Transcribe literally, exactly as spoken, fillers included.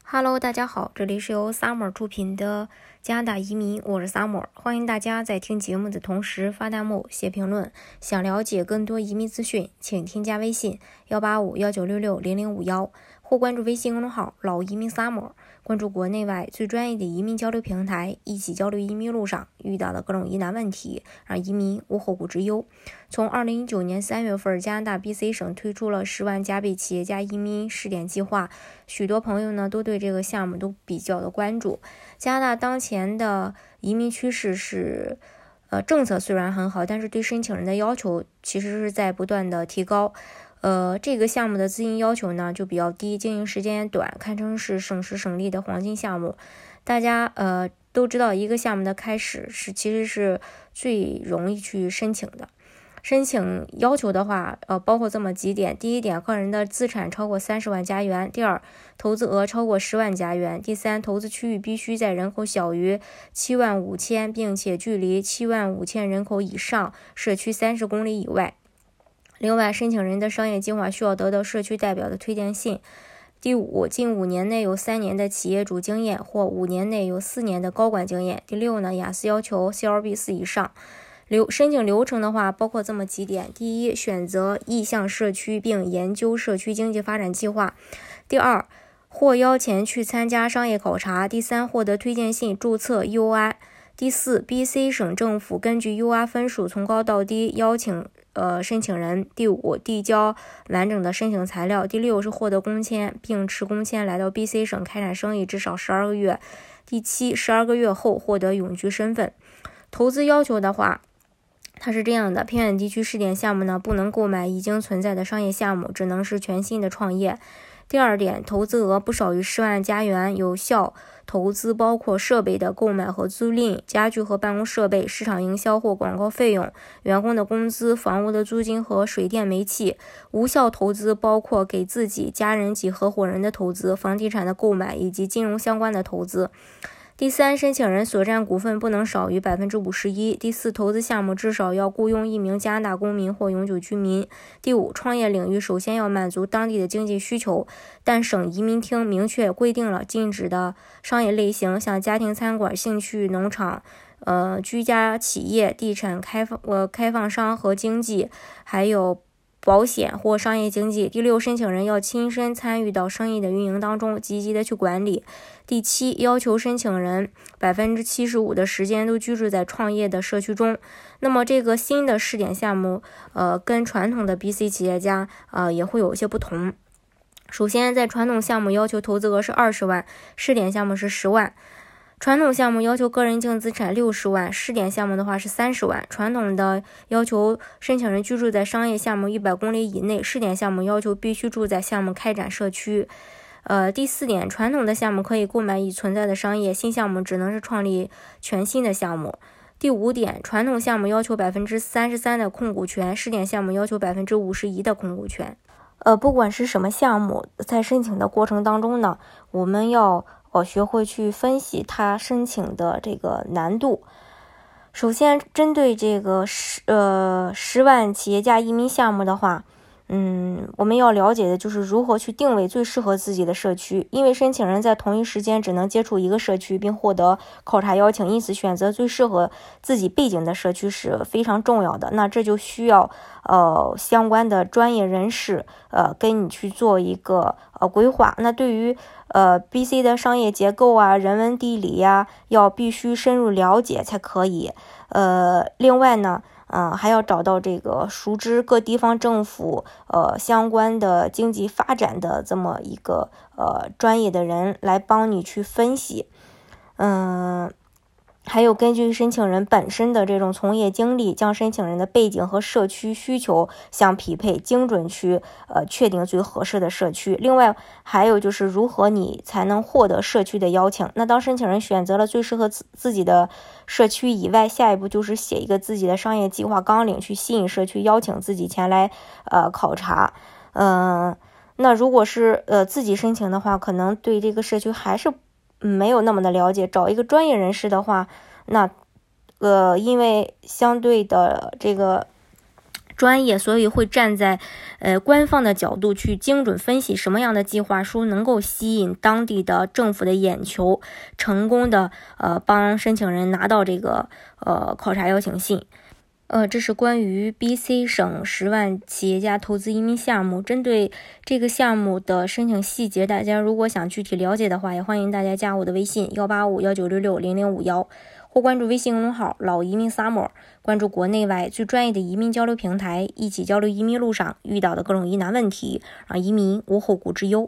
Hello，大家好，这里是由 Summer 出品的加拿大移民，我是 Summer， 欢迎大家在听节目的同时发弹幕、写评论。想了解更多移民资讯，请添加微信幺八五幺九六六零零五幺，或关注微信公众号老移民 Summer， 关注国内外最专业的移民交流平台，一起交流移民路上遇到的各种疑难问题，让移民无后顾之忧。从二零一九年三月份，加拿大 B C 省推出了十万加币企业家移民试点计划，许多朋友呢都对这个项目都比较的关注。加拿大当前的移民趋势是，呃，政策虽然很好，但是对申请人的要求其实是在不断的提高。呃，这个项目的资金要求呢就比较低，经营时间也短，堪称是省时省力的黄金项目。大家呃都知道，一个项目的开始是其实是最容易去申请的。申请要求的话，呃，包括这么几点：第一点，个人的资产超过三十万加元；第二，投资额超过十万加元；第三，投资区域必须在人口小于七万五千，并且距离七万五千人口以上社区三十公里以外。另外，申请人的商业计划需要得到社区代表的推荐信。第五，近五年内有三年的企业主经验，或五年内有四年的高管经验。第六呢，雅思要求 C L B 四以上。流申请流程的话，包括这么几点：第一，选择意向社区并研究社区经济发展计划；第二，获邀前去参加商业考察；第三，获得推荐信注册 U R；第四 ，B C 省政府根据 U R 分数从高到低邀请呃申请人；第五，递交完整的申请材料；第六是获得工签，并持工签来到 B C 省开展生意至少十二个月；第七，十二个月后获得永居身份。投资要求的话，它是这样的：偏远地区试点项目呢，不能购买已经存在的商业项目，只能是全新的创业。第二点，投资额不少于十万加元，有效投资包括设备的购买和租赁、家具和办公设备、市场营销或广告费用、员工的工资、房屋的租金和水电煤气。无效投资包括给自己、家人及合伙人的投资、房地产的购买以及金融相关的投资。第三，申请人所占股份不能少于百分之五十一。第四，投资项目至少要雇佣一名加拿大公民或永久居民。第五，创业领域首先要满足当地的经济需求，但省移民厅明确规定了禁止的商业类型，像家庭餐馆、兴趣农场、呃居家企业、地产开放呃开放商和经纪，还有保险或商业经济。第六，申请人要亲身参与到生意的运营当中，积极的去管理。第七，要求申请人百分之七十五的时间都居住在创业的社区中。那么这个新的试点项目，呃，跟传统的 B C 企业家，呃，也会有一些不同。首先，在传统项目要求投资额是二十万，试点项目是十万。传统项目要求个人净资产六十万，试点项目的话是三十万。传统的要求申请人居住在商业项目一百公里以内，试点项目要求必须住在项目开展社区。呃，第四点，传统的项目可以购买已存在的商业，新项目只能是创立全新的项目。第五点，传统项目要求百分之三十三的控股权，试点项目要求百分之五十一的控股权。呃，不管是什么项目，在申请的过程当中呢，我们要呃学会去分析它申请的这个难度。首先，针对这个十呃十万企业家移民项目的话，嗯，我们要了解的就是如何去定位最适合自己的社区，因为申请人在同一时间只能接触一个社区并获得考察邀请，因此选择最适合自己背景的社区是非常重要的。那这就需要呃相关的专业人士呃跟你去做一个呃规划。那对于呃 B C 的商业结构啊、人文地理呀、啊，要必须深入了解才可以。呃，另外呢。嗯，还要找到这个熟知各地方政府呃相关的经济发展的这么一个呃专业的人来帮你去分析。嗯，还有根据申请人本身的这种从业经历，将申请人的背景和社区需求相匹配，精准去呃确定最合适的社区。另外还有就是如何你才能获得社区的邀请。那当申请人选择了最适合自自己的社区以外，下一步就是写一个自己的商业计划纲领，去吸引社区邀请自己前来呃考察。嗯、呃，那如果是呃自己申请的话，可能对这个社区还是没有那么的了解，找一个专业人士的话，那呃，因为相对的这个专业，所以会站在呃官方的角度去精准分析什么样的计划书能够吸引当地的政府的眼球，成功的呃帮申请人拿到这个呃考察邀请信。呃，这是关于 B C 省十万企业家投资移民项目。针对这个项目的申请细节，大家如果想具体了解的话，也欢迎大家加我的微信幺八五幺九六六零零五幺，或关注微信公众号老移民 Summer， 关注国内外最专业的移民交流平台，一起交流移民路上遇到的各种疑难问题，让移民无后顾之忧。